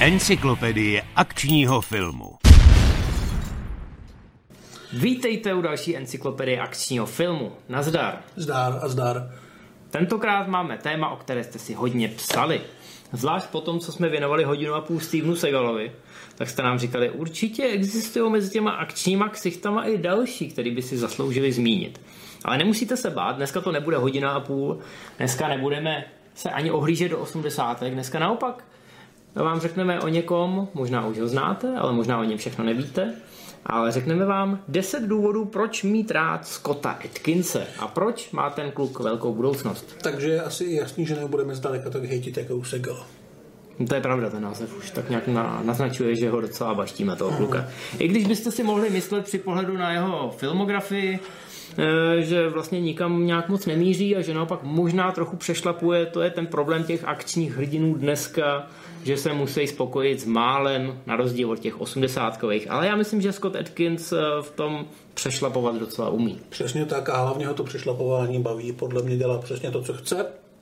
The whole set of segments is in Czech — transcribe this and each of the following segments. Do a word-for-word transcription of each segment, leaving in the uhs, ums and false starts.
Encyklopedie akčního filmu. Vítejte u další encyklopedie akčního filmu. Nazdar. Zdar a zdar. Tentokrát máme téma, o které jste si hodně psali. Zvlášť po tom, co jsme věnovali hodinu a půl Stevenu Segalovi, tak jste nám říkali, určitě existují mezi těma akčníma ksichtama i další, který by si zasloužili zmínit. Ale nemusíte se bát, dneska to nebude hodina a půl, dneska nebudeme se ani ohlížet do osmdesátek, dneska naopak vám řekneme o někom, možná už ho znáte, ale možná o něm všechno nevíte, ale řekneme vám deset důvodů, proč mít rád Scotta Adkinse a proč má ten kluk velkou budoucnost. Takže je asi jasný, že nebudeme zdaleka tak hejtit jako u Segala. To je pravda, ten název už tak nějak na, naznačuje, že ho docela baštíme toho kluka. Mm. I když byste si mohli myslet při pohledu na jeho filmografii, že vlastně nikam nějak moc nemíří a že naopak možná trochu přešlapuje, to je ten problém těch akčních hrdinů dneska, že se musí spokojit s málem na rozdíl od těch osmdesátkových. Ale já myslím, že Scott Adkins v tom přešlapovat docela umí. Přesně tak a hlavně ho to přešlapování baví. Podle mě dělá přesně to, co chce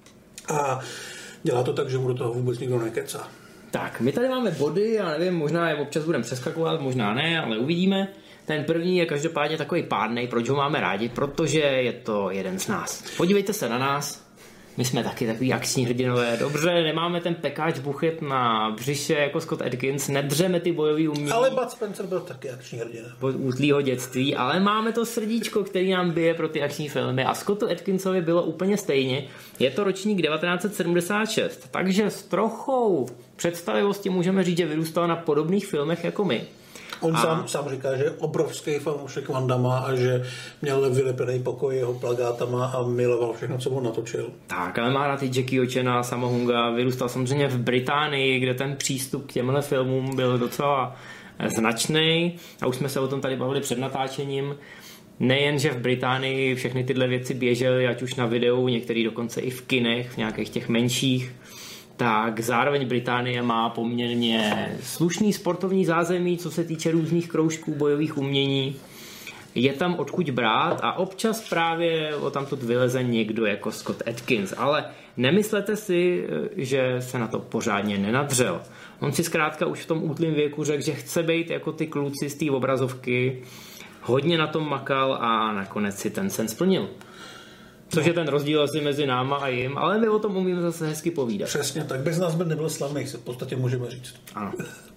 a dělá to tak, že mu do toho vůbec nikdo nekecá. Tak, my tady máme body, já nevím, možná je občas budeme přeskakovat, možná ne, ale uvidíme. Ten první je každopádně takový pádnej, proč ho máme rádi, protože je to jeden z nás. Podívejte se na nás, my jsme taky takový akční hrdinové. Dobře, nemáme ten pekáč buchet na břiše jako Scott Adkins, nedřeme ty bojový umění. Ale Bud Spencer byl taky akční hrdina. Od útlýho dětství, ale máme to srdíčko, který nám bije pro ty akční filmy a Scottu Adkinsovi bylo úplně stejně. Je to ročník devatenáct set sedmdesát šest, takže s trochou představivosti můžeme říct, že vyrůstal na podobných filmech jako my. On a... sám, sám říká, že je obrovský fanoušek Van Damme a že měl vylepený pokoj jeho plagátama a miloval všechno, co on natočil. Tak, ale má rád i Jackie Chana, Sammo Hunga, vyrůstal samozřejmě v Británii, kde ten přístup k těmhle filmům byl docela značný a už jsme se o tom tady bavili před natáčením. Nejen, že v Británii všechny tyhle věci běžely, ať už na videu, některý dokonce i v kinech, v nějakých těch menších, tak zároveň Británie má poměrně slušný sportovní zázemí, co se týče různých kroužků, bojových umění. Je tam odkud brát a občas právě o tamtud vyleze někdo jako Scott Adkins, ale nemyslete si, že se na to pořádně nenadřel. On si zkrátka už v tom útlým věku řekl, že chce být jako ty kluci z té obrazovky, hodně na tom makal a nakonec si ten sen splnil. Což je ten rozdíl asi mezi náma a jim, ale my o tom umíme zase hezky povídat. Přesně tak, bez nás by nebyl slavný, se v podstatě můžeme říct. Ano.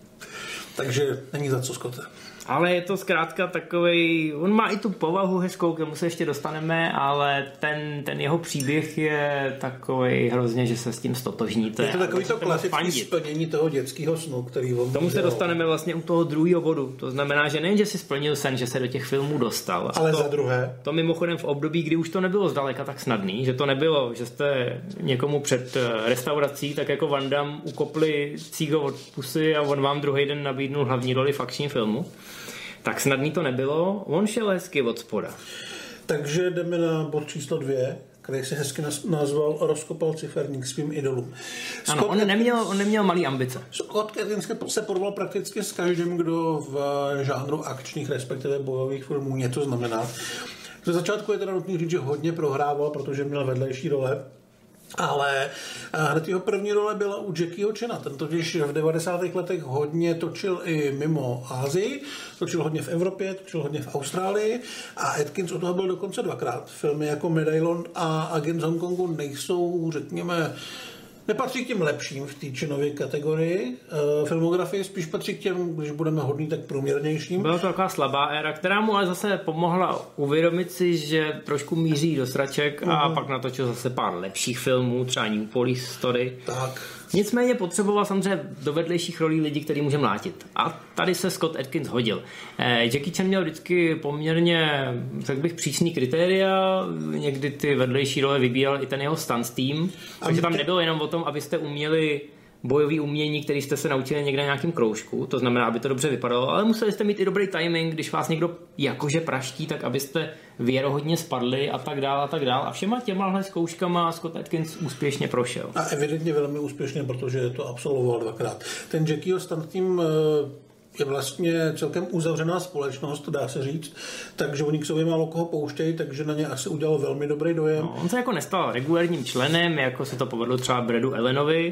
Takže není za co, Scotte. Ale je to zkrátka takovej, on má i tu povahu hezkou, k tomu se ještě dostaneme, ale ten, ten jeho příběh je takovej hrozně, že se s tím stotožníte. Je to takový to klasické splnění toho dětského snu, který on... K tomu se dostaneme vlastně u toho druhého bodu. To znamená, že nejen, že si splnil sen, že se do těch filmů dostal. Ale to, za druhé. To mimochodem v období, kdy už to nebylo zdaleka tak snadný, že to nebylo, že jste někomu před restaurací tak jako Van Damme ukopli cígo od pusy a on vám druhý den nabídnul hlavní roli v akčním filmu. Tak snadný to nebylo, on šel hezky od spoda. Takže jdeme na bod číslo dvě, který se hezky nazval Rozkopal ciferník svým idolům. Ano, on neměl, on neměl malý ambice. Scott Adkins se porval prakticky s každým, kdo v žánru akčních, respektive bojových filmů něco znamená. Ze začátku je teda nutný říct, že hodně prohrával, protože měl vedlejší role. Ale hned jeho první role byla u Jackieho Chana. Ten totiž v devadesátých letech hodně točil i mimo Asii, točil hodně v Evropě, točil hodně v Austrálii a Adkins u toho byl dokonce dvakrát. Filmy jako Medaillon a Agent z Hongkongu nejsou, řekněme, nepatří k těm lepším v té Chanově kategorii. E, filmografie spíš patří k těm, když budeme hodný, tak průměrnějším. Byla to taková slabá éra, která mu ale zase pomohla uvědomit si, že trošku míří do sraček uh-huh. a pak natočil zase pár lepších filmů, třeba New Police Story. Tak. Nicméně potřeboval samozřejmě do vedlejších rolí lidi, který může mlátit. A tady se Scott Adkins hodil. Eh, Jackie Chan měl vždycky poměrně, tak bych, přísný kritéria. Někdy ty vedlejší role vybíral i ten jeho stunt team. Takže tam nebylo jenom o tom, abyste uměli bojový umění, který jste se naučili někde na nějakém kroužku, to znamená, aby to dobře vypadalo, ale museli jste mít i dobrý timing, když vás někdo jakože praští, tak abyste věrohodně spadli a tak dál a tak dál. A všema těmahle zkouškama Scott Adkins úspěšně prošel. A evidentně velmi úspěšně, protože to absolvoval dvakrát. Ten Jackieho stunt team je vlastně celkem uzavřená společnost, dá se říct, takže oni k sobě málo koho pouštějí, takže na ně asi udělal velmi dobrý dojem. No, on se jako nestal regulárním členem, jako se to povedlo třeba Bradu Allenovi,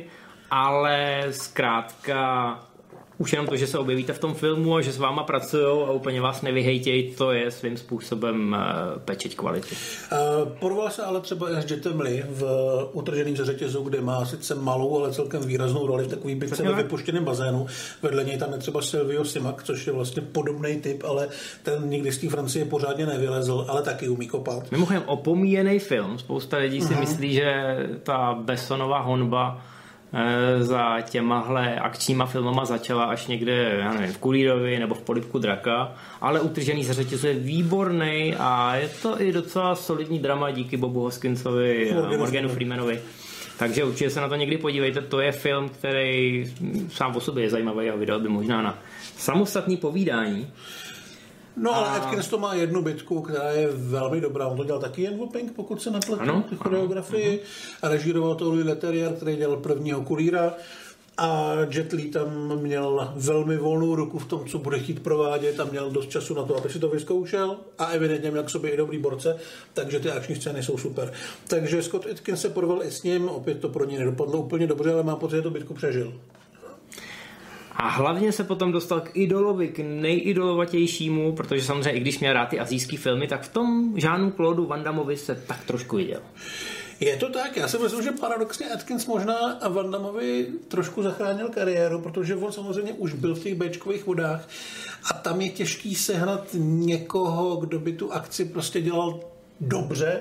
ale zkrátka už jenom to, že se objevíte v tom filmu a že s váma pracujou a úplně vás nevyhejtějí, to je svým způsobem pečeť kvality. Uh, porval se ale třeba i s Jetem Li v Utrženým ze řetězu, kde má sice malou, ale celkem výraznou roli v takový bitce ve vypuštěném bazénu. Vedle něj tam je třeba Silvio Simak, což je vlastně podobný typ, ale ten nikdy z té Francie pořádně nevylezl, ale taky umí kopat. Mimochodem opomíjený film. Spousta lidí si uh-huh. myslí, že ta Bessonova honba za těmahle akčníma filmama začala až někde, já nevím, v Kulírovi nebo v Polibku draka, ale Utržený ze řetězu je výborný a je to i docela solidní drama díky Bobu Hoskinsovi a Morganu Freemanovi. Takže určitě se na to někdy podívejte, to je film, který sám o sobě je zajímavý a vydal by možná na samostatný povídání. No ale a... Atkins to má jednu bitku, která je velmi dobrá. On to dělal taky jen Woping, pokud se nepletu, ty choreografii. Ano. A režíroval to Louis Leterrier, který dělal prvního Kulíra. A Jet Li tam měl velmi volnou ruku v tom, co bude chtít provádět a měl dost času na to, aby si to vyzkoušel a evidentně měl k sobě i dobrý borce, takže ty akční scény jsou super. Takže Scott Adkins se porval i s ním, opět to pro něj nedopadlo úplně dobře, ale má pocit, že to bitku přežil. A hlavně se potom dostal k idolovi, k nejidolovatějšímu, protože samozřejmě i když měl rád ty asijský filmy, tak v tom Jeanu Claudu Van Dammovi se tak trošku viděl. Je to tak, já si myslím, že paradoxně Atkins možná Van Dammovi trošku zachránil kariéru, protože on samozřejmě už byl v těch béčkových vodách a tam je těžký sehnat někoho, kdo by tu akci prostě dělal dobře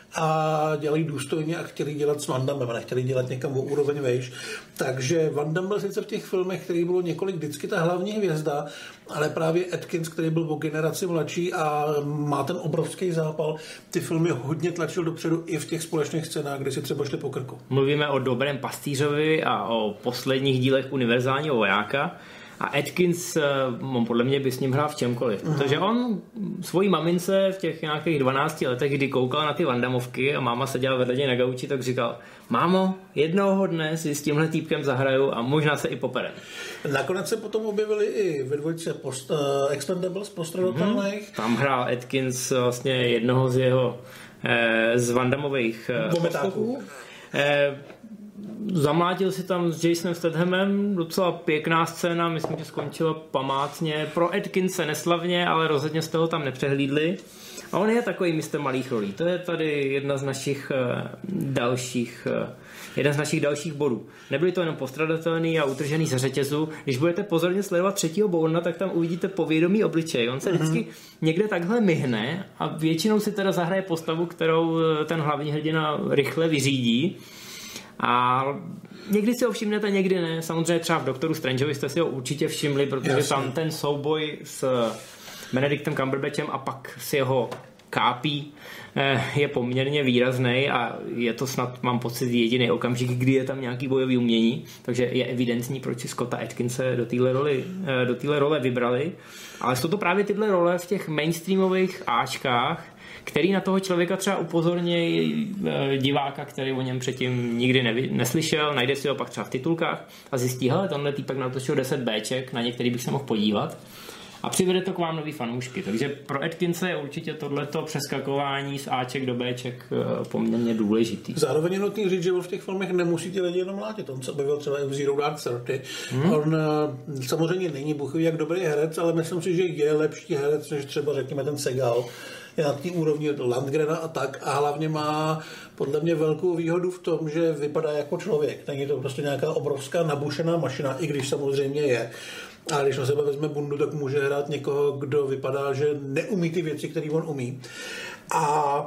a dělají důstojně a chtěli dělat s Van Dammem a nechtěli dělat někam o úroveň vejš. Takže Van Damme byl sice v těch filmech, který bylo několik vždycky ta hlavní hvězda, ale právě Atkins, který byl o generaci mladší a má ten obrovský zápal, ty filmy hodně tlačil dopředu i v těch společných scénách, kde si třeba šli po krku. Mluvíme o Dobrém pastýřovi a o posledních dílech Univerzálního vojáka. A Atkins, on podle mě by s ním hrál v čemkoliv. Uh-huh. Protože on svojí mamince v těch nějakých dvanácti letech, kdy koukal na ty Van Dammovky a máma seděla vedle něj na gauči, tak říkal: mámo, jednoho dne si s tímhle týpkem zahraju a možná se i poperem. Nakonec se potom objevili i ve dvojce post, uh, Expendables postradatelných. Uh-huh. Tam hrál Atkins vlastně jednoho z jeho eh, z Van Dammových poskoků. Eh, Zamlátil si tam s Jasonem Stathamem, docela pěkná scéna, myslím, že skončila památně. Pro Atkinse neslavně, ale rozhodně z toho tam nepřehlídli. A on je takový mistr malých rolí. To je tady jedna z našich uh, dalších uh, jeden z našich dalších bodů. Nebyly to jenom Postradatelný a Utržený ze řetězu. Když budete pozorně sledovat třetího Bourna, tak tam uvidíte povědomý obličej. On se vždycky někde takhle myhne a většinou si teda zahraje postavu, kterou ten hlavní hrdina rychle vyřídí. A někdy si ho všimnete, někdy ne. Samozřejmě třeba v Doktoru Strangeovi jste si ho určitě všimli, protože Jasně. tam ten souboj s Benedictem Cumberbatchem a pak s jeho kápí je poměrně výrazný a je to snad, mám pocit, jediný okamžik, kdy je tam nějaký bojový umění, takže je evidentní, proč si Scotta Adkinse do téhle roli, do téhle role vybrali. Ale jsou to právě tyhle role v těch mainstreamových áčkách, který na toho člověka třeba upozornějí diváka, který o něm předtím nikdy nevy, neslyšel, najde si ho pak třeba v titulkách a zjistí, hele, tenhle týpek natočil deset béček, na některý bych se mohl podívat a přivede to k vám nový fanoušky. Takže pro Atkinse je určitě tohleto přeskakování z Aček do Béček poměrně důležitý. Zároveň je nutný říct, že v těch filmech nemusí ti lidi jenom mlátit. On se objevil třeba i v Zero Dark Thirty. Hmm. On samozřejmě není buchový jak dobrý herec, ale myslím si, že je lepší herec, než třeba řekněme ten Segal. Je na té úrovni Landgrena a tak a hlavně má podle mě velkou výhodu v tom, že vypadá jako člověk. Není to prostě nějaká obrovská nabušená mašina, i když samozřejmě je. A když na sebe vezme bundu, tak může hrát někoho, kdo vypadá, že neumí ty věci, které on umí. A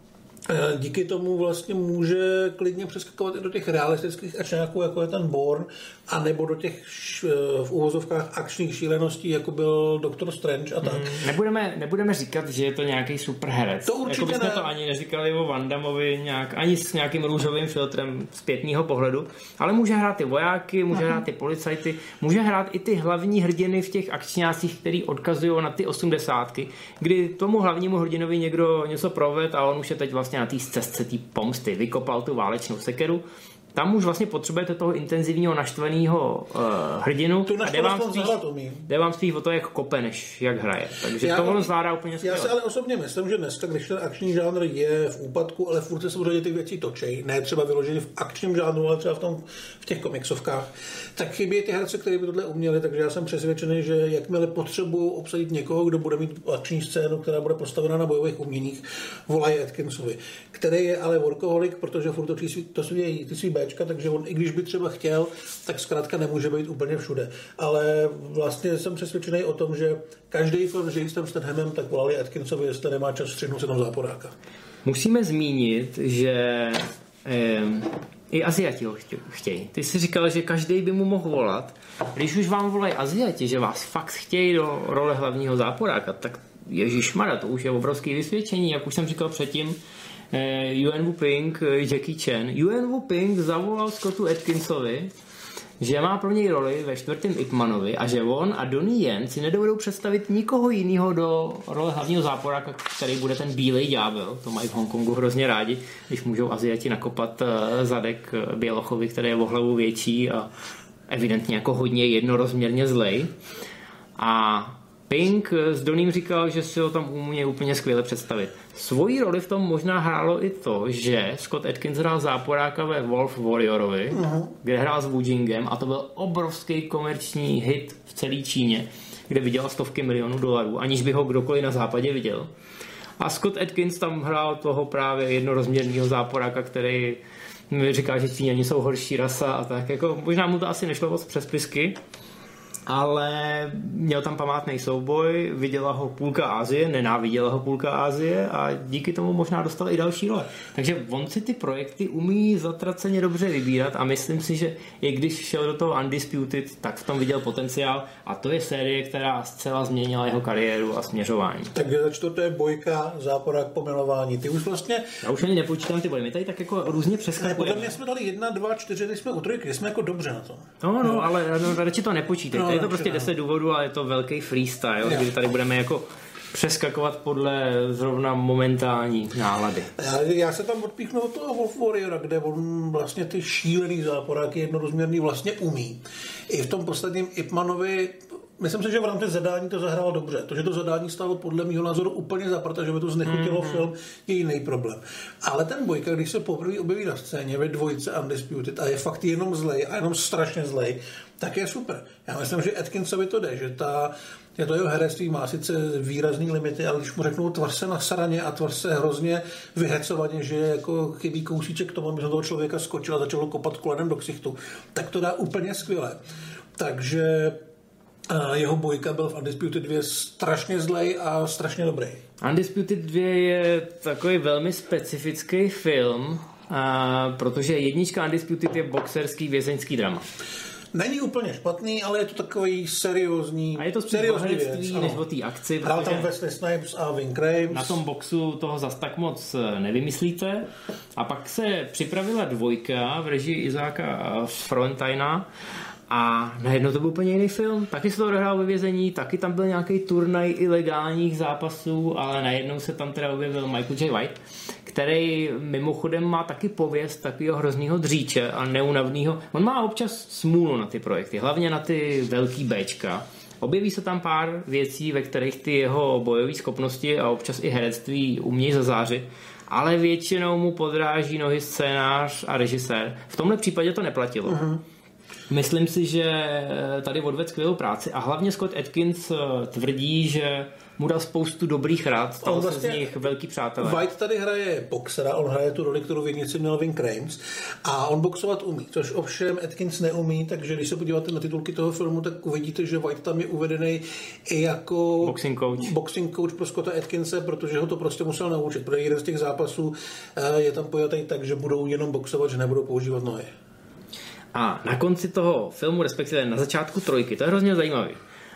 díky tomu vlastně může klidně přeskakovat i do těch realistických akčňáků, jako je ten Bourne, anebo do těch v uvozovkách akčních šíleností, jako byl Doktor Strange a tak. Mm, nebudeme, nebudeme říkat, že je to nějaký super herec. To určitě jako bychom ne. to ani neříkali o Van Dammovi nějak, ani s nějakým růžovým filtrem zpětného pohledu, ale může hrát ty vojáky, může Aha. hrát ty policajty, může hrát i ty hlavní hrdiny v těch akčňácích, který odkazují na ty osmdesátky, kdy tomu hlavnímu hrdinovi někdo něco proved a on už je teď vlastně na té cestce té pomsty. Vykopal tu válečnou sekeru, tam už vlastně potřebujete toho intenzivního naštvaného uh, hrdinu tu a jde vám, spíš, umí. jde vám spíš o to, jak kope, než jak hraje. Takže já, to on zvládá úplně skvěle. Já si ale osobně myslím, že dneska, když ten akční žánr je v úpadku, ale furt se samozřejmě ty věci točí, ne třeba vyloženě v akčním žánru, ale třeba v, tom, v těch komiksovkách, tak chybí ty herce, kteří by tohle uměli, takže já jsem přesvědčený, že jakmile potřebují obsadit někoho, kdo bude mít akční scénu, která bude postavena na bojových uměních, volají Atkinsovi, který je ale workoholik, protože furt točí svý, to svý, ty svý béčka, takže on, i když by třeba chtěl, tak zkrátka nemůže být úplně všude. Ale vlastně jsem přesvědčený o tom, že každý film s Jasem Stathamem tak volali Atkinsovi, jestli nemá čas střihnout se tam záporáka. Musíme zmínit, že eh, i Aziati ho chtějí. Ty jsi říkal, že každý by mu mohl volat. Když už vám volají Aziati, že vás fakt chtějí do role hlavního záporáka, tak ježišmarja, to už je obrovské vysvědčení, jak už jsem říkal předtím. Yuen Woo-ping, Jackie Chan. Yuen Woo-ping zavolal Scottu Atkinsovi, že má pro něj roli ve čtvrtém Ip Manovi a že on a Donnie Yen si nedovedou představit nikoho jiného do role hlavního záporáka, který bude ten bílej ďábel. To mají v Hongkongu hrozně rádi, když můžou Aziati nakopat zadek bělochovi, který je o hlavu větší a evidentně jako hodně jednorozměrně zlej. A Pink s Doním říkal, že si ho tam umí úplně skvěle představit. Svoji roli v tom možná hrálo i to, že Scott Adkins hrál záporáka ve Wolf Warriorovi, uh-huh. kde hrál s Wu Jingem a to byl obrovský komerční hit v celé Číně, kde vydělal stovky milionů dolarů, aniž by ho kdokoliv na západě viděl. A Scott Adkins tam hrál toho právě jednorozměrného záporáka, který mi říká, že Číňani jsou horší rasa a tak. Jako, možná mu to asi nešlo moc přes pisky, ale měl tam památný souboj, viděla ho půlka Asie, nenáviděla ho půlka Asie a díky tomu možná dostal i další role. Takže on si ty projekty umí zatraceně dobře vybírat a myslím si, že i když šel do toho Undisputed, tak v tom viděl potenciál a to je série, která zcela změnila jeho kariéru a směřování. Takže za čtvrté bojka, záporák, pomilování. Ty už vlastně... Já už ani nepočítám ty body, my tady tak jako různě přeskakujeme. Podle mě jsme dali jedna, dva, čtyři, teď jsme u trojky, jsme jako dobře na tom. No, no, ale no, radši to nepočítejte. No, je to prostě deset důvodů, ale je to velký freestyle, jo. Kdy tady budeme jako přeskakovat podle zrovna momentální nálady. Já, já se tam odpíchnu od toho Wolf Warriora, kde on vlastně ty šílený záporáky jednorozměrný vlastně umí. I v tom posledním Ip Manovi, myslím si, že v rámci zadání to zahrál dobře. To, že to zadání stalo podle mého názoru úplně zaprat, že by to znechutilo mm-hmm. film, je jiný problém. Ale ten bojka, když se poprvé objeví na scéně ve dvojce Undisputed a je fakt jenom zlej a jenom strašně zlej, tak je super. Já myslím, že Atkinsovi to jde, že ta, je to jeho herectví má sice výrazný limity, ale když mu řeknou tvar se na saraně a tvar se hrozně vyhecovaně, že jako chybí kousíček k tomu, aby se toho člověka skočil a začal kopat kolenem do ksichtu, tak to dá úplně skvěle. Takže a jeho bojka byl v Undisputed dva strašně zlej a strašně dobrý. Undisputed dva je takový velmi specifický film, a protože jednička Undisputed je boxerský vězeňský drama. Není úplně špatný, ale je to takový seriózní a je to spíš o herectví než o té akci. Hrál tam Wesley Snipes a Ving Rhames. Na tom boxu toho zas tak moc nevymyslíte. A pak se připravila dvojka v režii Izáka Frontina a najednou to byl úplně jiný film. Taky se to odehrál ve vězení, taky tam byl nějaký turnaj ilegálních zápasů, ale najednou se tam teda objevil Michael J. White, který mimochodem má taky pověst takového hroznýho dříče a neunavného. On má občas smůlu na ty projekty, hlavně na ty velký béčka. Objeví se tam pár věcí, ve kterých ty jeho bojové schopnosti a občas i herectví umějí zazářit, ale většinou mu podráží nohy scénář a režisér. V tomhle případě to neplatilo. Uh-huh. Myslím si, že tady odvedl skvělou práci a hlavně Scott Adkins tvrdí, že mu dal spoustu dobrých rad, stalo vlastně se z nich velký přátelé. White tady hraje boxera, on hraje tu roli, kterou v jednici měl Ving Rhames a on boxovat umí, což ovšem Adkins neumí, takže když se podíváte na titulky toho filmu, tak uvidíte, že White tam je uvedený i jako boxing coach, boxing coach pro Scotta Adkinse, protože ho to prostě musel naučit, protože jeden z těch zápasů je tam pojatý tak, že budou jenom boxovat, že nebudou používat nohy. A na konci toho filmu, respektive na začátku trojky, to je hrozně zajímavý.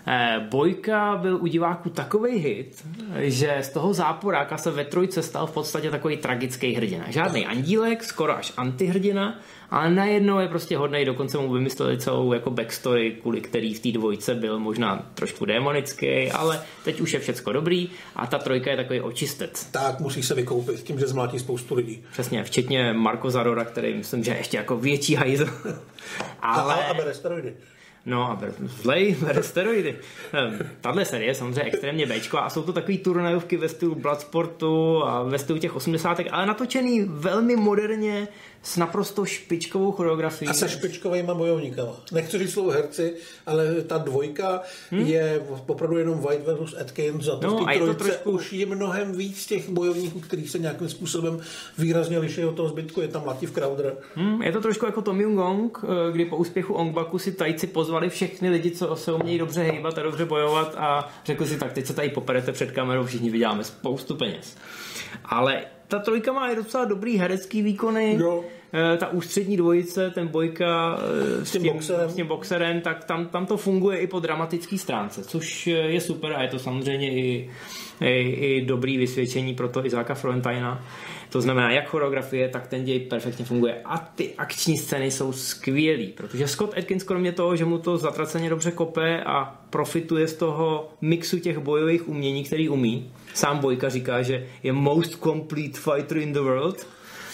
Bojka byl u diváků takovej hit, že z toho záporáka se ve trojce stal v podstatě takový tragický hrdina. Žádný andílek, skoro až antihrdina, ale najednou je prostě hodnej, dokonce mu vymysleli celou jako backstory, kvůli který v té dvojce byl možná trošku démonický, ale teď už je všecko dobrý a ta trojka je takový očistec. Tak musí se vykoupit tím, že zmlátí spoustu lidí. Přesně, včetně Marco Zarora, který myslím, že je ještě jako větší hajzl. ale... A, a bere steroidy. No a zlej, bere steroidy. Tahle série je samozřejmě extrémně béčková a jsou to takový turnajovky ve stylu Bloodsportu a ve stylu těch osmdesátek, ale natočený velmi moderně s naprosto špičkovou choreografií. A se špičkovejma bojovníkama. Nechci říct slovo herci, ale ta dvojka hmm? je opravdu jenom White versus Atkins a to no, v té trojce trošku... trošku... už je mnohem víc těch bojovníků, kteří se nějakým způsobem výrazně liší od toho zbytku. Je tam Latif Crowder. Hmm, je to trošku jako Tom Jung-gong, kdy po úspěchu Ongbaku si tajci pozvali všechny lidi, co se umějí dobře hejbat a dobře bojovat a řekli si, tak teď se tady poperete před kamerou, všichni vyděláme spoustu peněz. Ale ta trojka má i docela dobrý herecký výkony. Jo. Ta ústřední dvojice, ten Bojka s tím, boxerem. s tím boxerem, tak tam, tam to funguje i po dramatické stránce, což je super a je to samozřejmě i, i, i dobrý vysvědčení pro to Izáka Florentina. To znamená, jak choreografie, tak ten děj perfektně funguje. A ty akční scény jsou skvělý, protože Scott Adkins kromě toho, že mu to zatraceně dobře kope a profituje z toho mixu těch bojových umění, který umí. Sám Bojka říká, že je most complete fighter in the world.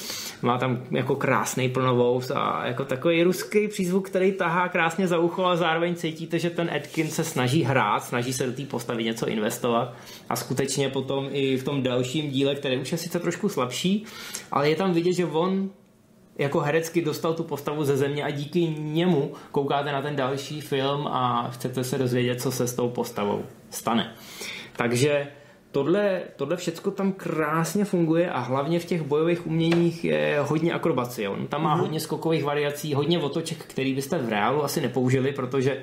Má tam jako krásný plnovous a jako takový ruský přízvuk, který tahá krásně za ucho a zároveň cítíte, že ten Atkins se snaží hrát, snaží se do té postavy něco investovat a skutečně potom i v tom dalším díle, který už je sice trošku slabší, ale je tam vidět, že on jako herecky dostal tu postavu ze země a díky němu koukáte na ten další film a chcete se dozvědět, co se s tou postavou stane. Takže Tohle, tohle všecko tam krásně funguje a hlavně v těch bojových uměních je hodně akrobacie. On tam má mm-hmm. hodně skokových variací, hodně otoček, který byste v reálu asi nepoužili, protože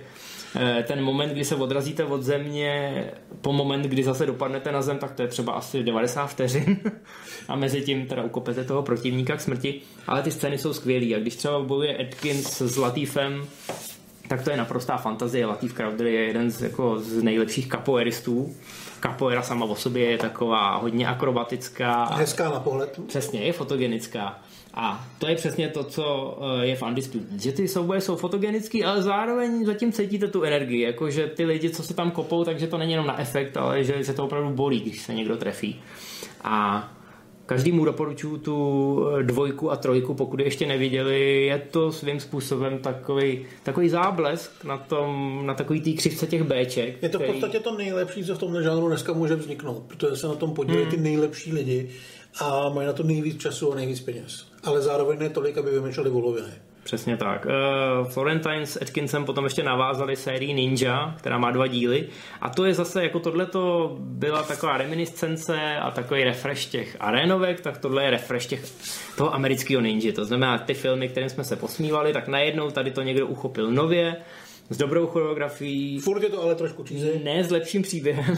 ten moment, kdy se odrazíte od země po moment, kdy zase dopadnete na zem, tak to je třeba asi devadesát vteřin a mezi tím teda ukopete toho protivníka k smrti, ale ty scény jsou skvělý a když třeba bojuje Atkins s Latifem, tak to je naprostá fantazie. Latif Crowder je jeden z, jako, z nejlepších capoeiristů. Capoeira sama o sobě je taková hodně akrobatická. Hezká na pohled. Přesně, je fotogenická. A to je přesně to, co je v Undisputed. Že ty souboje jsou fotogenický, ale zároveň zatím cítíte tu energii. Jakože ty lidi, co se tam kopou, takže to není jenom na efekt, ale že se to opravdu bolí, když se někdo trefí. A každému doporučuji tu dvojku a trojku, pokud je ještě neviděli. Je to svým způsobem takový, takový záblesk na, tom, na takový tý křivce těch béček. Je to v podstatě který... to nejlepší, co v tomhle žánru dneska může vzniknout, protože se na tom podílejí hmm. ty nejlepší lidi a mají na to nejvíc času a nejvíc peněz. Ale zároveň ne tolik, aby vymýšleli voloviny. Přesně tak. Uh, Florentine s Atkinsem potom ještě navázali sérii Ninja, která má dva díly. A to je zase, jako tohleto byla taková reminiscence a takový refresh těch arénovek, tak tohle je refresh těch toho amerického ninja. To znamená, ty filmy, kterým jsme se posmívali, tak najednou tady to někdo uchopil nově, s dobrou choreografií. Furt je to ale trošku cheesy. Ne s lepším příběhem,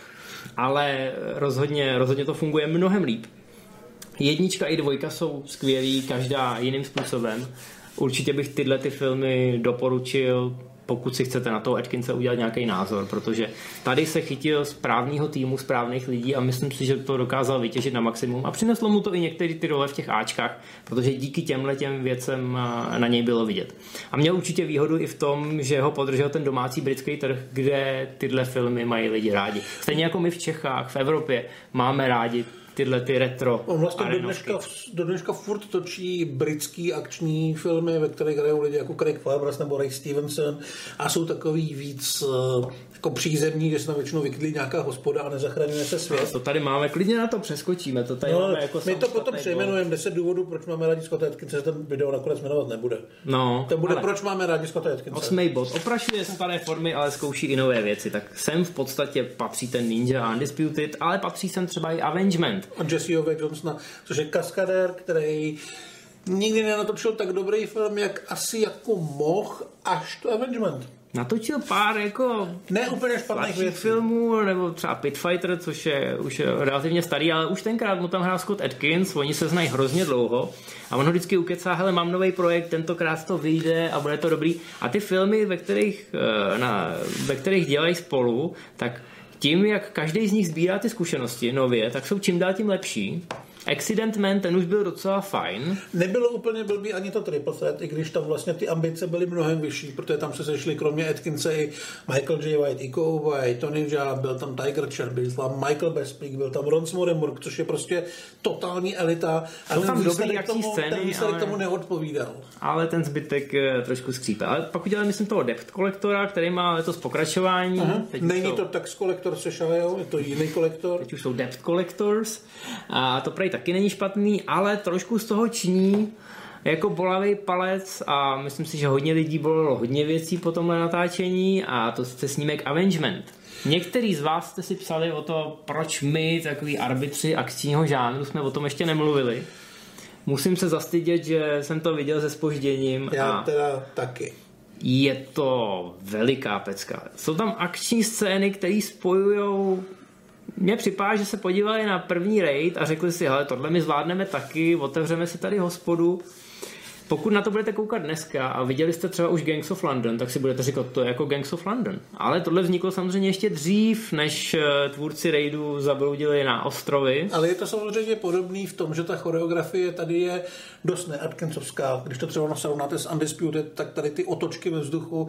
ale rozhodně, rozhodně to funguje mnohem líp. Jednička i dvojka jsou skvělý, každá jiným způsobem. Určitě bych tyhle ty filmy doporučil, pokud si chcete na toho Atkinse udělat nějaký názor, protože tady se chytil správného týmu, správných lidí a myslím si, že to dokázal vytěžit na maximum a přineslo mu to i některé ty role v těch áčkách, protože díky těmhle těm věcem na něj bylo vidět. A měl určitě výhodu i v tom, že ho podržel ten domácí britský trh, kde tyhle filmy mají lidi rádi. Stejně jako my v Čechách, v Evropě máme rádi tyhle ty retro. On vlastně do dneška, do dneška furt točí britský akční filmy, ve kterých hrajou lidi jako Craig Falbras nebo Ray Stevenson a jsou takový víc jako přízemní, že se tam většinou vykydlí nějaká hospoda a nezachraňuje se svět. A to tady máme, klidně na to přeskočíme. To tady no, máme jako my to potom přejmenujeme deset důvodů, proč máme rádi Scotta Atkinse, ten video nakonec jmenovat nebude. No, to bude, proč máme rádi Scotta Atkinse. Osmý bod. Oprašuje staré formy, ale zkouší i nové věci. Tak sem v podstatě patří ten Ninja a Undisputed, ale patří sem třeba i Avengement. A Jesse Ove Johnsona, což je kaskadér, který nikdy nenatočil tak dobrý film, jak asi jako mohl, až to Avengement. natočil pár jako ne úplně špatných věcí filmů, nebo třeba Pitfighter, což je už relativně starý, ale už tenkrát mu tam hrál Scott Adkins, oni se znají hrozně dlouho a on ho vždycky ukecá, hele, mám nový projekt, tentokrát to vyjde a bude to dobrý. A ty filmy, ve kterých, na, ve kterých dělají spolu, tak tím, jak každý z nich sbírá ty zkušenosti nově, tak jsou čím dál tím lepší. Accident Man, ten už byl docela fajn. Nebylo úplně blbý ani to Triple Threat, i když tam vlastně ty ambice byly mnohem vyšší, protože tam se sešli kromě Atkinse i Michael J. White, i Cowboy, Tony Jaa, byl tam Tiger Cher, byl tam Michael Bespeak, byl tam Ron Morenburg, což je prostě totální elita. A jsou tam dobrý k tomu, scény, ten výsledek ale... tomu neodpovídal. Ale ten zbytek trošku skřípe. Ale pak udělali, myslím, toho Debt Collectora, který má letos pokračování. Uh-huh. Není jsou... to Tax Collector se Shia, je to jiný kolektor. Teď už jsou Debt Collectors a to prej taky není špatný, ale trošku z toho činí jako bolavý palec a myslím si, že hodně lidí bolelo hodně věcí po tomhle natáčení a to je snímek Avengement. Některý z vás jste si psali o to, proč my, takový arbitři akčního žánru, jsme o tom ještě nemluvili. Musím se zastydět, že jsem to viděl se zpožděním. Já a teda taky. Je to veliká pecka. Jsou tam akční scény, které spojujou. Mně připadá, že se podívali na první raid a řekli si, hele, tohle my zvládneme taky, otevřeme si tady hospodu. Pokud na to budete koukat dneska a viděli jste třeba už Gangs of London, tak si budete říkat, to je jako Gangs of London. Ale tohle vzniklo samozřejmě ještě dřív, než tvůrci raidu zabloudili na ostrovy. Ale je to samozřejmě podobný v tom, že ta choreografie tady je dost neatkinsovská. Když to třeba srovnáte s Undisputed, tak tady ty otočky ve vzduchu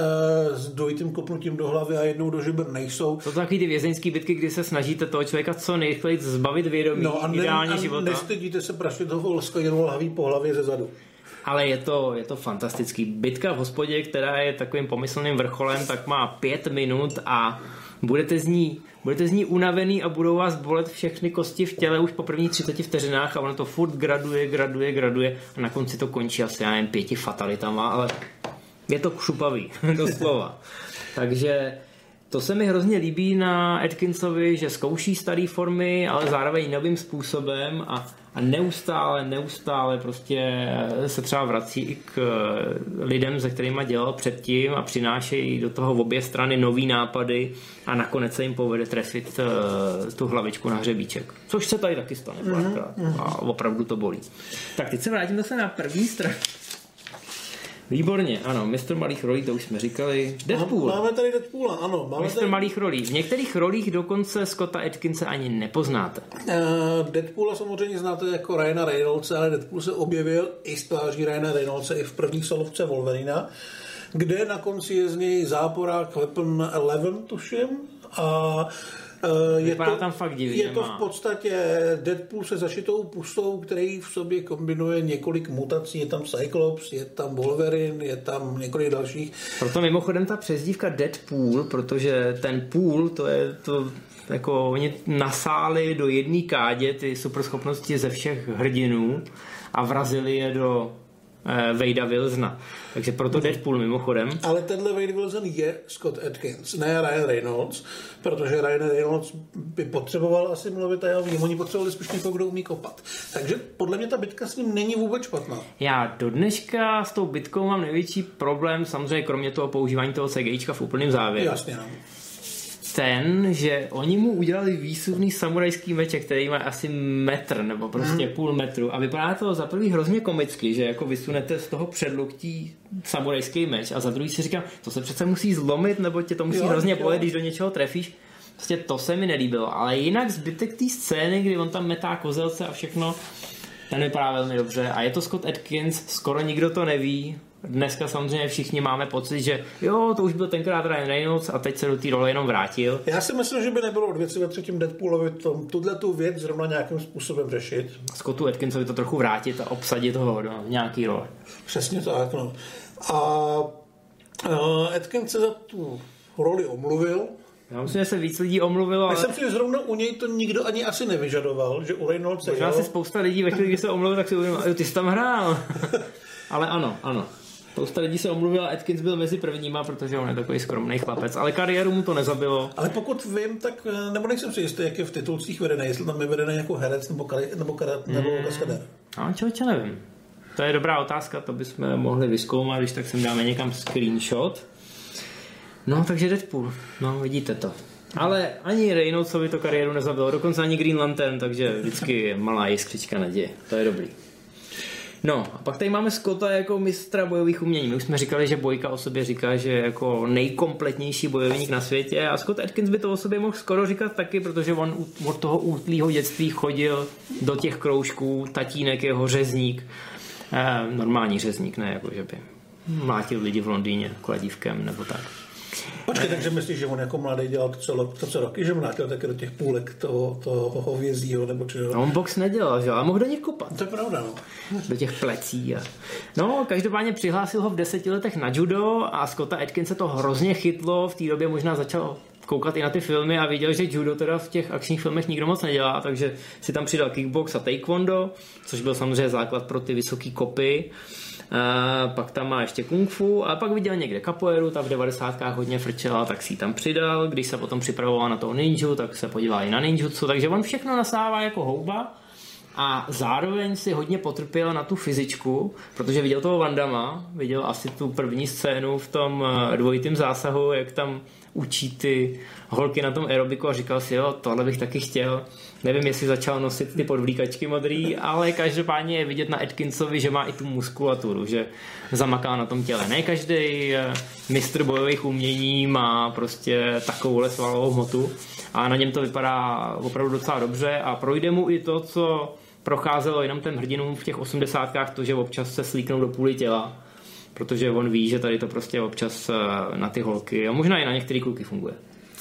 e, s dvojitým kopnutím do hlavy a jednou do žibr nejsou. To jsou takový ty vězeňský bitky, kdy se snažíte toho člověka co nejrychleji zbavit vědomí, no a ne, ideálně a života. Nestydíte se praštit toho volskajínou hlaví po hlavě ze zadu. Ale je to, je to fantastický. Bitka v hospodě, která je takovým pomyslným vrcholem, tak má pět minut a budete z ní, budete z ní unavený a budou vás bolet všechny kosti v těle už po prvních třiceti vteřinách a ono to furt graduje, graduje, graduje a na konci to končí asi já jen pěti fatalitama, ale je to kšupavý, doslova. Takže to se mi hrozně líbí na Atkinsovi, že zkouší staré formy, ale zároveň novým způsobem a, a neustále, neustále prostě se třeba vrací i k lidem, se kterými dělal předtím a přinášejí do toho obě strany nový nápady a nakonec se jim povede trefit uh, tu hlavičku na hřebíček. Což se tady taky stane párkrát mm-hmm. a opravdu to bolí. Tak teď se vrátím zase na první stranu. Výborně, ano, mistr malých rolí, to už jsme říkali. Deadpool. Máme tady Deadpoola, ano. Máme mistr tady... malých rolí. V některých rolích dokonce Scotta Adkinse ani nepoznáte. Uh, Deadpoola samozřejmě znáte jako Ryana Reynoldse, ale Deadpool se objevil i z tváří Ryana Reynoldse i v první solovce Wolverina, kde na konci je z něj záporák Weapon jedenáct, tuším, a Uh, je to, tam fakt divně, je to v podstatě Deadpool se zašitou pustou, který v sobě kombinuje několik mutací. Je tam Cyclops, je tam Wolverine, je tam několik dalších. Proto mimochodem ta přezdívka Deadpool, protože ten pool, to je to, jako oni nasáli do jedné kádě ty superschopnosti ze všech hrdinů a vrazili je do Wade Wilsona. Takže proto Deadpool mimochodem. Ale tenhle Wade Wilson je Scott Adkins, ne Ryan Reynolds, protože Ryan Reynolds by potřeboval asi mluvit a já vím, oni potřebovali spíš někoho, kdo umí kopat. Takže podle mě ta bitka s ním není vůbec špatná. Já do dneška s tou bitkou mám největší problém, samozřejmě kromě toho používání toho CGIčka v úplném závěru. Jasně, no. Ten, že oni mu udělali výsuvný samurajský meč, který má asi metr nebo prostě mm. půl metru a vypadá to za prvý hrozně komicky, že jako vysunete z toho předluktí samurajský meč a za druhý si říkám, to se přece musí zlomit nebo tě to musí jo, hrozně bolet, když do něčeho trefíš. Prostě to se mi nelíbilo, ale jinak zbytek té scény, kdy on tam metá kozelce a všechno, ten vypadá velmi dobře a je to Scott Adkins, skoro nikdo to neví. Dneska samozřejmě všichni máme pocit, že jo, to už byl tenkrát Ryan Reynolds a teď se do té role jenom vrátil. Já si myslím, že by nebylo od věci ve třetím Deadpoolovi tuhle tu věc zrovna nějakým způsobem řešit. Scottu Adkinsovi to trochu vrátit a obsadit ho do nějaký role. Přesně tak, no. A uh, Adkins se za tu roli omluvil. Já myslím, že se víc lidí omluvilo, ale... Myslím si, že zrovna u něj to nikdo ani asi nevyžadoval, že u Reynoldse... Možná si spousta lidí ve chvíli, kdy se omluvil, tak si uvědomil, jo, ty jsi tam hrál. Ale ano, ano. Spousta lidí se omluvila, Atkins byl mezi prvníma, protože on je takový skromný chlapec, ale kariéru mu to nezabilo. Ale pokud vím, tak nebo nejsem si jistý, jak je v titulcích vedený, jestli tam je vedený jako herec nebo, kari, nebo, karat, nebo mm. kaskadér. A člověče, nevím. To je dobrá otázka, to bychom mohli vyzkoumat, když tak sem dáme někam screenshot. No, takže Deadpool. No, vidíte to. Ale ani Reynoldsovi to kariéru nezabilo, dokonce ani Green Lantern, takže vždycky je malá jiskřička naděje. To je dobrý. No, a pak tady máme Scotta jako mistra bojových umění. My už jsme říkali, že Bojka o sobě říká, že je jako nejkompletnější bojovník na světě a Scott Adkins by to o sobě mohl skoro říkat taky, protože on od toho útlýho dětství chodil do těch kroužků, tatínek jeho řezník, eh, normální řezník, ne jako že by mlátil lidi v Londýně kladívkem nebo tak. Počkej, takže myslíš, že on jako mladý dělal to co, to, co roky, že mlátil taky do těch půlek toho, toho hovězího, nebo čeho? No, on box nedělal, že? Ale mohl do nich kopat. To je pravda, no. Do těch plecí. A... No, každopádně přihlásil ho v deseti letech na judo a Scotta Adkinse to hrozně chytlo. V té době možná začal koukat i na ty filmy a viděl, že judo teda v těch akčních filmech nikdo moc nedělá, takže si tam přidal kickbox a taekwondo, což byl samozřejmě základ pro ty vysoký kopy. Uh, pak tam má ještě kung fu a pak viděl někde capoeiru, ta v devadesátkách hodně frčela, tak si ji tam přidal, když se potom připravoval na toho ninju, tak se podíval i na ninjutsu, takže on všechno nasává jako houba a zároveň si hodně potrpěl na tu fyzičku, protože viděl toho Van Damme, viděl asi tu první scénu v tom dvojitém zásahu, jak tam učí ty holky na tom aerobiku a říkal si, jo, tohle bych taky chtěl. Nevím, jestli začal nosit ty podvlíkačky modrý, ale každopádně je vidět na Atkinsovi, že má i tu muskulaturu, že zamaká na tom těle. Ne každý mistr bojových umění má prostě takovouhle svalovou hmotu a na něm to vypadá opravdu docela dobře a projde mu i to, co procházelo jenom těm hrdinům v těch osmdesátkách, to, že občas se slíknou do půly těla, protože on ví, že tady to prostě občas na ty holky a možná i na některé kluky funguje.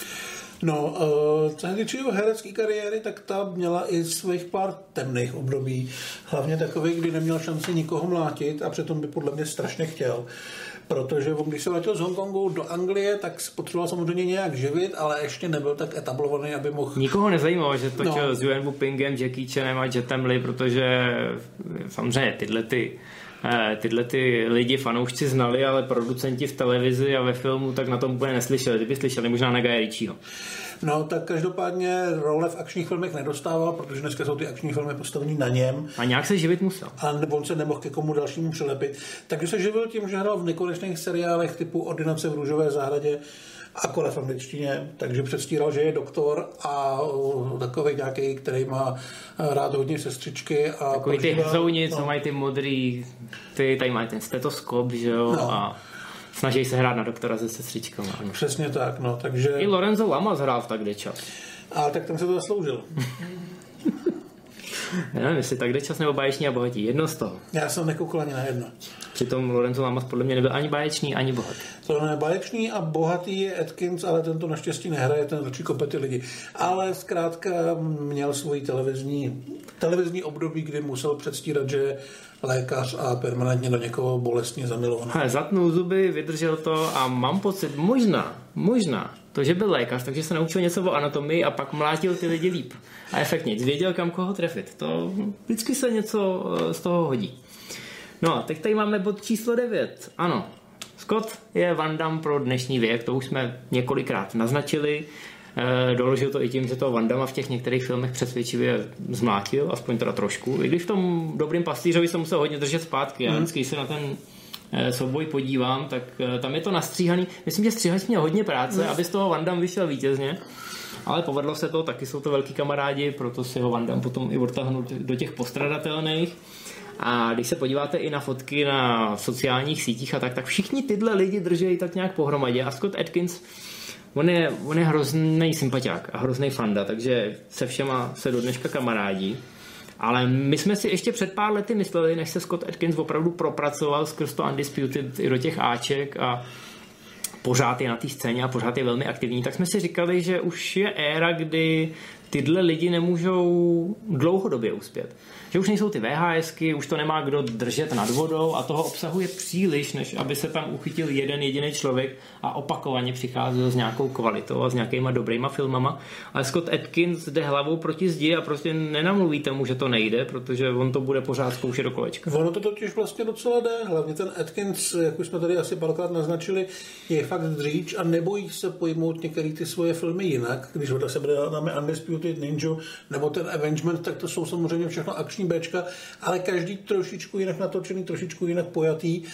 No, uh, co se týče jeho herecké kariéry, tak ta měla i svých pár temných období. Hlavně takový, kdy neměl šanci nikoho mlátit a přitom by podle mě strašně chtěl. Protože on, když se vrátil z Hongkongu do Anglie, tak se potřeboval samozřejmě nějak živit, ale ještě nebyl tak etablovaný, aby mohl... Nikoho nezajímalo, že točil no. s Yuan Wupingem, Jackie Chanem a Jetem Li, protože samozřejmě tyhle ty tyhle ty lidi fanoušci znali, ale producenti v televizi a ve filmu tak na tom úplně neslyšeli. Kdyby slyšeli možná na Guye Ritchieho. No, tak každopádně role v akčních filmech nedostával, protože dneska jsou ty akční filmy postavený na něm. A nějak se živit musel. A on se nemohl ke komu dalšímu přilepit. Takže se živil tím, že hrál v nekonečných seriálech typu Ordinace v růžové zahradě, akorát v angličtině, takže předstíral, že je doktor a takový nějaký, který má rád hodně sestřičky. A takový ty hzouni, no. Co mají ty modrý, ty tady mají ten stetoskop, že jo, no. A snaží se hrát na doktora se sestřičkama. Ano. Přesně tak, no, takže... I Lorenzo Lamas hrál v Tak jde čas. A tak ten se to zasloužil. Já nevím, jestli Tak jde čas nebo Báječní a bohatí. Jedno z toho. Já jsem nekoukal ani na jedno. Přitom Lorenzo Lamas podle mě nebyl ani báječný, ani bohatý. To ne, báječný a bohatý je Atkins, ale ten to naštěstí nehraje, ten začí kope ty lidi. Ale zkrátka měl svůj televizní, televizní období, kdy musel předstírat, že je lékař a permanentně do někoho bolestně zamilovaný. Hele, zatnul zuby, vydržel to a mám pocit, možná, možná, to, že byl lékař, takže se naučil něco o anatomii a pak mlátil ty lidi líp. A efektně, věděl, kam koho trefit. To vždycky se něco z toho hodí. No a teď tady máme bod číslo devět. Ano, Scott je Van Damme pro dnešní věk, to už jsme několikrát naznačili. E, doložil to i tím, že to Van Damme v těch některých filmech přesvědčivě zmlátil, aspoň teda trošku. I když v tom Dobrým pastýřovi se musel hodně držet zpátky. Já vždycky se na ten e, souboj podívám, tak e, tam je to nastříhaný. Myslím, že stříhač měl hodně práce, aby z toho Van Damme vyšel vítězně. Ale povedlo se to, taky jsou to velký kamarádi, proto si ho Van Damme potom i odtáhnul do těch postradatelných. A když se podíváte i na fotky na sociálních sítích a tak, tak všichni tyhle lidi drží tak nějak pohromadě. A Scott Adkins, on je, on je hrozný sympatiák a hrozný fanda, takže se všema se do dneška kamarádí. Ale my jsme si ještě před pár lety mysleli, než se Scott Adkins opravdu propracoval skrz to Undisputed i do těch áček a pořád je na té scéně a pořád je velmi aktivní, tak jsme si říkali, že už je éra, kdy tyhle lidi nemůžou dlouhodobě uspět. Že už nejsou ty VHSky, už to nemá kdo držet nad vodou a toho obsahu je příliš, než aby se tam uchytil jeden jediný člověk a opakovaně přicházel s nějakou kvalitou a s nějakýma dobrýma filmama. Ale Scott Adkins jde hlavou proti zdi a prostě nenamluvíte mu, že to nejde, protože on to bude pořád zkoušet do kolečka. Ono to totiž vlastně docela jde. Hlavně ten Atkins, jak už jsme tady asi párkrát naznačili, je fakt dříč a nebojí se pojmout některé ty svoje filmy jinak. Když ho se bude dáme Undisputed Ninja nebo ten Avengement, tak to jsou samozřejmě všechno akční béčka, ale každý trošičku jinak natočený, trošičku jinak pojatý.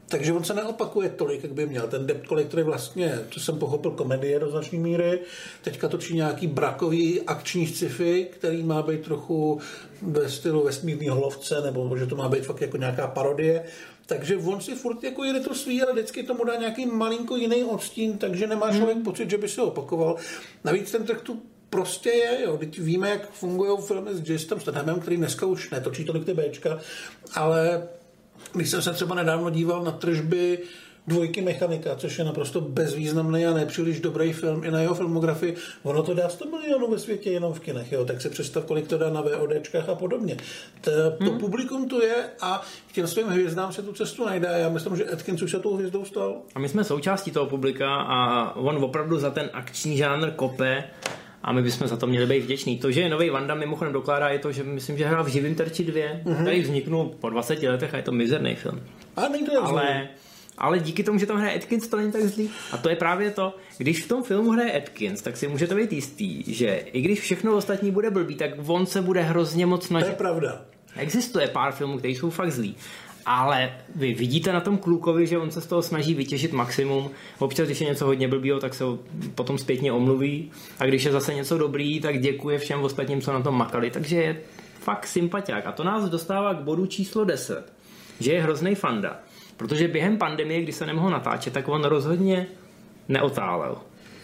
Takže on se neopakuje tolik, jak by měl. Ten Debt Collector je vlastně, co jsem pochopil, komedie do značné míry. Teďka točí nějaký brakový akční sci-fi, který má být trochu ve stylu vesmírného lovce, nebo že to má být fakt jako nějaká parodie. Takže on si furt jako jede to svý, ale vždycky tomu dá nějaký malinko jiný odstín, takže nemá člověk pocit, že by se opakoval. Navíc ten trh tu prostě je, jo. Teď víme, jak fungují filmy s Jastem Stathamem, který dneska už netočí tolik ty Bčka, ale když jsem se třeba nedávno díval na tržby Dvojky Mechanika, což je naprosto bezvýznamný a nepříliš dobrý film i na jeho filmografii, ono to dá sto milionů ve světě jenom v kinech, jo. Tak si představ, kolik to dá na VODčkách a podobně. To, to hmm. publikum tu je a k těm svým hvězdám se tu cestu najde. Já myslím, že Atkins už se tou hvězdou stal. A my jsme součástí toho publika a on opravdu za ten akční žánr kope a my bychom za to měli být vděční. To, že je nový Van Damme, mimochodem dokládá, je to, že myslím, že hrál v Živým terči dvě, mm-hmm. který vzniknul po dvaceti letech a je to mizerný film. A není to ale, ale díky tomu, že tam hraje Atkins, to není tak zlý. A to je právě to, když v tom filmu hraje Atkins, tak si můžete být jistý, že i když všechno ostatní bude blbý, tak on se bude hrozně moc snažit. To je pravda. Existuje pár filmů, které jsou fakt zlý. Ale vy vidíte na tom klukovi, že on se z toho snaží vytěžit maximum. Občas, když je něco hodně blbýho, tak se potom zpětně omluví. A když je zase něco dobrý, tak děkuje všem ostatním, co na tom makali. Takže je fakt sympatiák. A to nás dostává k bodu číslo deset. Že je hroznej fanda. Protože během pandemie, kdy se nemohl natáčet, tak on rozhodně neotálel.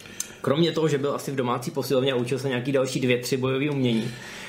Kromě toho, že byl asi v domácí posilovně a učil se nějaký další dvě, tři bojové umění,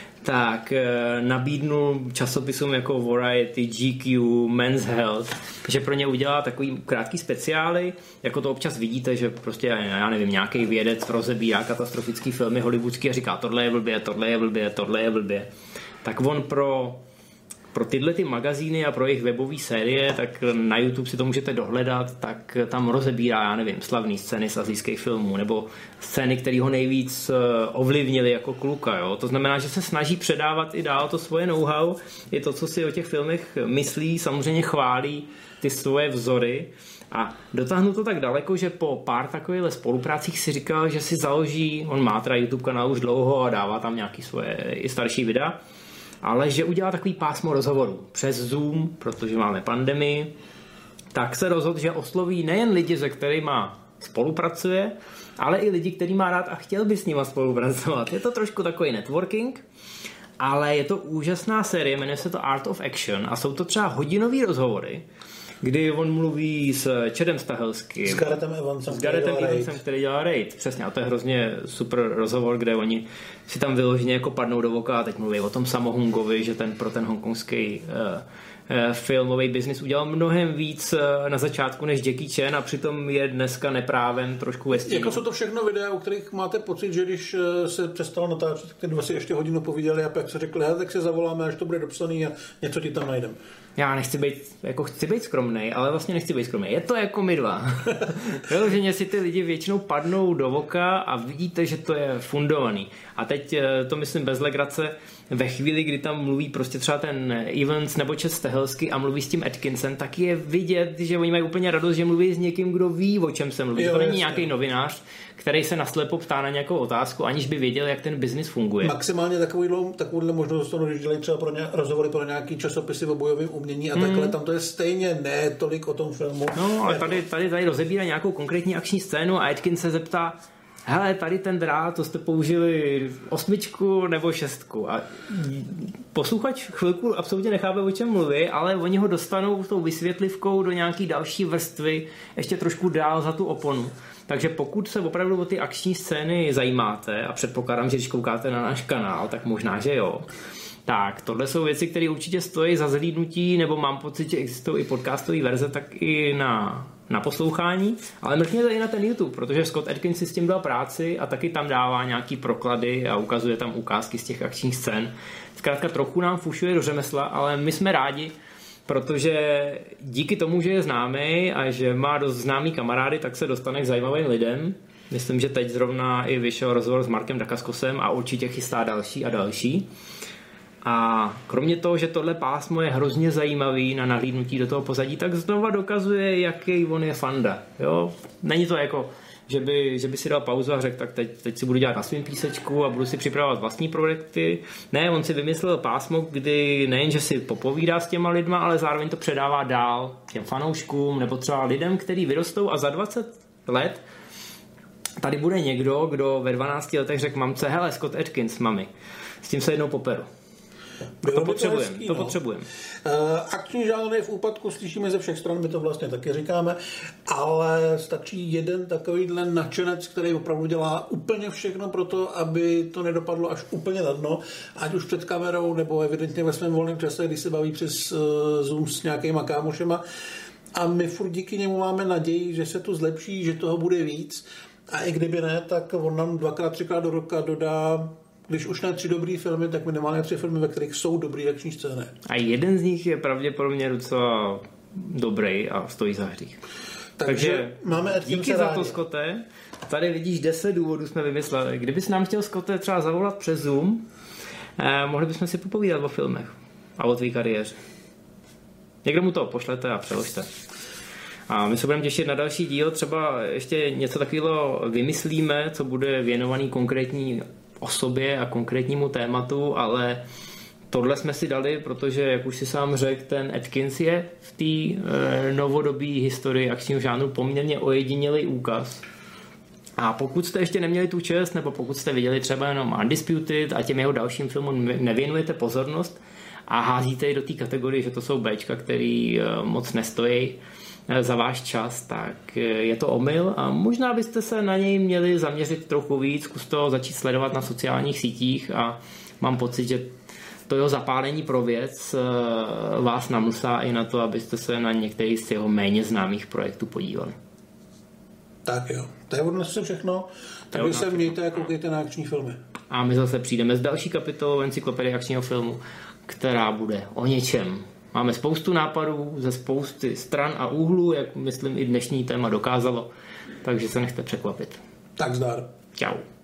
tak e, nabídnul časopisům jako Variety, G Q, Men's Health, že pro ně udělá takový krátký speciály, jako to občas vidíte, že prostě, já nevím, nějaký vědec rozebírá katastrofický filmy hollywoodský a říká, tohle je blbě, tohle je blbě, tohle je blbě. Tak on pro pro tyhle ty magazíny a pro jejich webové série, tak na YouTube si to můžete dohledat, tak tam rozebírá, já nevím, slavné scény z asijských filmů, nebo scény, které ho nejvíc ovlivnily jako kluka, jo. To znamená, že se snaží předávat i dál to svoje know-how, i to, co si o těch filmech myslí, samozřejmě chválí ty svoje vzory a dotáhnu to tak daleko, že po pár takovýchhle spoluprácích si říkal, že si založí, on má teda YouTube kanál už dlouho a dává tam nějaký svoje i starší videa, ale že udělá takový pásmo rozhovorů přes Zoom, protože máme pandemii, tak se rozhodl, že osloví nejen lidi, se kterými spolupracuje, ale i lidi, který má rád a chtěl by s nima spolupracovat. Je to trošku takový networking, ale je to úžasná série, jmenuje se to Art of Action a jsou to třeba hodinový rozhovory, kdy on mluví s Chadem Stahelským, s Garrettem Evansem, s Garrettem Evansem, který dělá Raid. Přesně, a to je hrozně super rozhovor, kde oni si tam vyloženě jako padnou do voka a teď mluví o tom Samohungovi, že ten pro ten hongkongský uh, uh, filmový biznis udělal mnohem víc uh, na začátku než Jackie Chan a přitom je dneska neprávem trošku ve stínu. Jako jsou to všechno videa, u kterých máte pocit, že když uh, se přestalo natáčet, tak ty dva si ještě hodinu povídali a pak se řekli, tak se zavoláme, až to bude dopsaný a něco ti tam najdem. Já nechci být, jako chci být skromnej, ale vlastně nechci být skromnej. Je to jako my dva. Vyloženě si ty lidi většinou padnou do voka a vidíte, že to je fundovaný. A teď to myslím bez legrace, ve chvíli, kdy tam mluví prostě třeba ten Evans nebo Chad Stahelský a mluví s tím Atkinsem, tak je vidět, že oni mají úplně radost, že mluví s někým, kdo ví, o čem se mluví. Jo, to není nějaký novinář, který se naslepo ptá na nějakou otázku, aniž by věděl, jak ten biznis funguje. Maximálně takovýhle, takovýhle možnost dostanu, když dělají třeba pro ně, rozhovory pro nějaký časopisy o bojovém umění a mm. takhle, tam to je stejně ne tolik o tom filmu. No, ale tady, tady, tady rozebírá nějakou konkrétní akční scénu a Atkins se zeptá, hele, tady ten drát, to jste použili osmičku nebo šestku. A posluchač chvilku absolutně nechápe, o čem mluví, ale oni ho dostanou tou vysvětlivkou do nějaký další vrstvy, ještě trošku dál za tu oponu. Takže pokud se opravdu o ty akční scény zajímáte, a předpokládám, že když koukáte na náš kanál, tak možná, že jo, tak tohle jsou věci, které určitě stojí za zhlídnutí, nebo mám pocit, že existují i podcastové verze, tak i na, na poslouchání, ale mrkněte i na ten YouTube, protože Scott Adkins si s tím dal práci a taky tam dává nějaký proklady a ukazuje tam ukázky z těch akčních scén. Zkrátka trochu nám fušuje do řemesla, ale my jsme rádi, protože díky tomu, že je známý a že má dost známý kamarády, tak se dostane k zajímavým lidem. Myslím, že teď zrovna i vyšel rozhovor s Markem Dacascosem a určitě chystá další a další. A kromě toho, že tohle pásmo je hrozně zajímavý na nahlídnutí do toho pozadí, tak znova dokazuje, jaký on je fanda. Jo? Není to jako, že by, že by si dal pauzu a řekl, tak teď, teď si budu dělat na svým písečku a budu si připravovat vlastní projekty. Ne, on si vymyslel pásmo, kdy nejen, že si popovídá s těma lidma, ale zároveň to předává dál těm fanouškům nebo třeba lidem, kteří vyrostou a za dvacet let tady bude někdo, kdo ve dvanácti letech řekl mamce, hele, Scott Adkins, mami, s tím se jednou poperu. To potřebujeme, to potřebujeme. Uh, akční žánr je v úpadku, slyšíme ze všech stran, my to vlastně taky říkáme, ale stačí jeden takovýhle nadšenec, který opravdu dělá úplně všechno pro to, aby to nedopadlo až úplně na dno, ať už před kamerou, nebo evidentně ve svém volném čase, když se baví přes uh, Zoom s nějakýma kámošema. A my furt díky němu máme naději, že se to zlepší, že toho bude víc. A i kdyby ne, tak on nám dvakrát, třikrát do roka dodá, když už ne tři dobrý filmy, tak minimálně tři filmy, ve kterých jsou dobrý akční scény. A jeden z nich je pravděpodobně docela dobrý a stojí za hřích. Takže, Takže máme díky za to, Scotte. Tady vidíš deset důvodů jsme vymysleli. Kdybys nám chtěl, Scotte, třeba zavolat přes Zoom, eh, mohli bychom si popovídat o filmech a o tvý kariéře. Někdo mu to pošlete a přeložte. A my se budeme těšit na další díl, třeba ještě něco takového vymyslíme, co bude věnovaný konkrétní osobě a konkrétnímu tématu, ale tohle jsme si dali, protože, jak už si sám řekl, ten Atkins je v té e, novodobé historii akčního žánru poměrně ojedinělý úkaz. A pokud jste ještě neměli tu čest, nebo pokud jste viděli třeba jenom Undisputed a těm jeho dalším filmům nevěnujete pozornost a házíte je do té kategorie, že to jsou Bčka, který e, moc nestojí za váš čas, tak je to omyl a možná byste se na něj měli zaměřit trochu víc, zkus to začít sledovat na sociálních sítích a mám pocit, že to jeho zapálení pro věc vás namlsá i na to, abyste se na některý z jeho méně známých projektů podívali. Tak jo, to je od nás všechno. Tak vy se mějte a koukejte na akční filmy. A my zase přijdeme s další kapitolou Encyklopedie akčního filmu, která bude o něčem. Máme spoustu nápadů ze spousty stran a úhlů, jak myslím i dnešní téma dokázalo, takže se nechte překvapit. Tak zdar. Čau.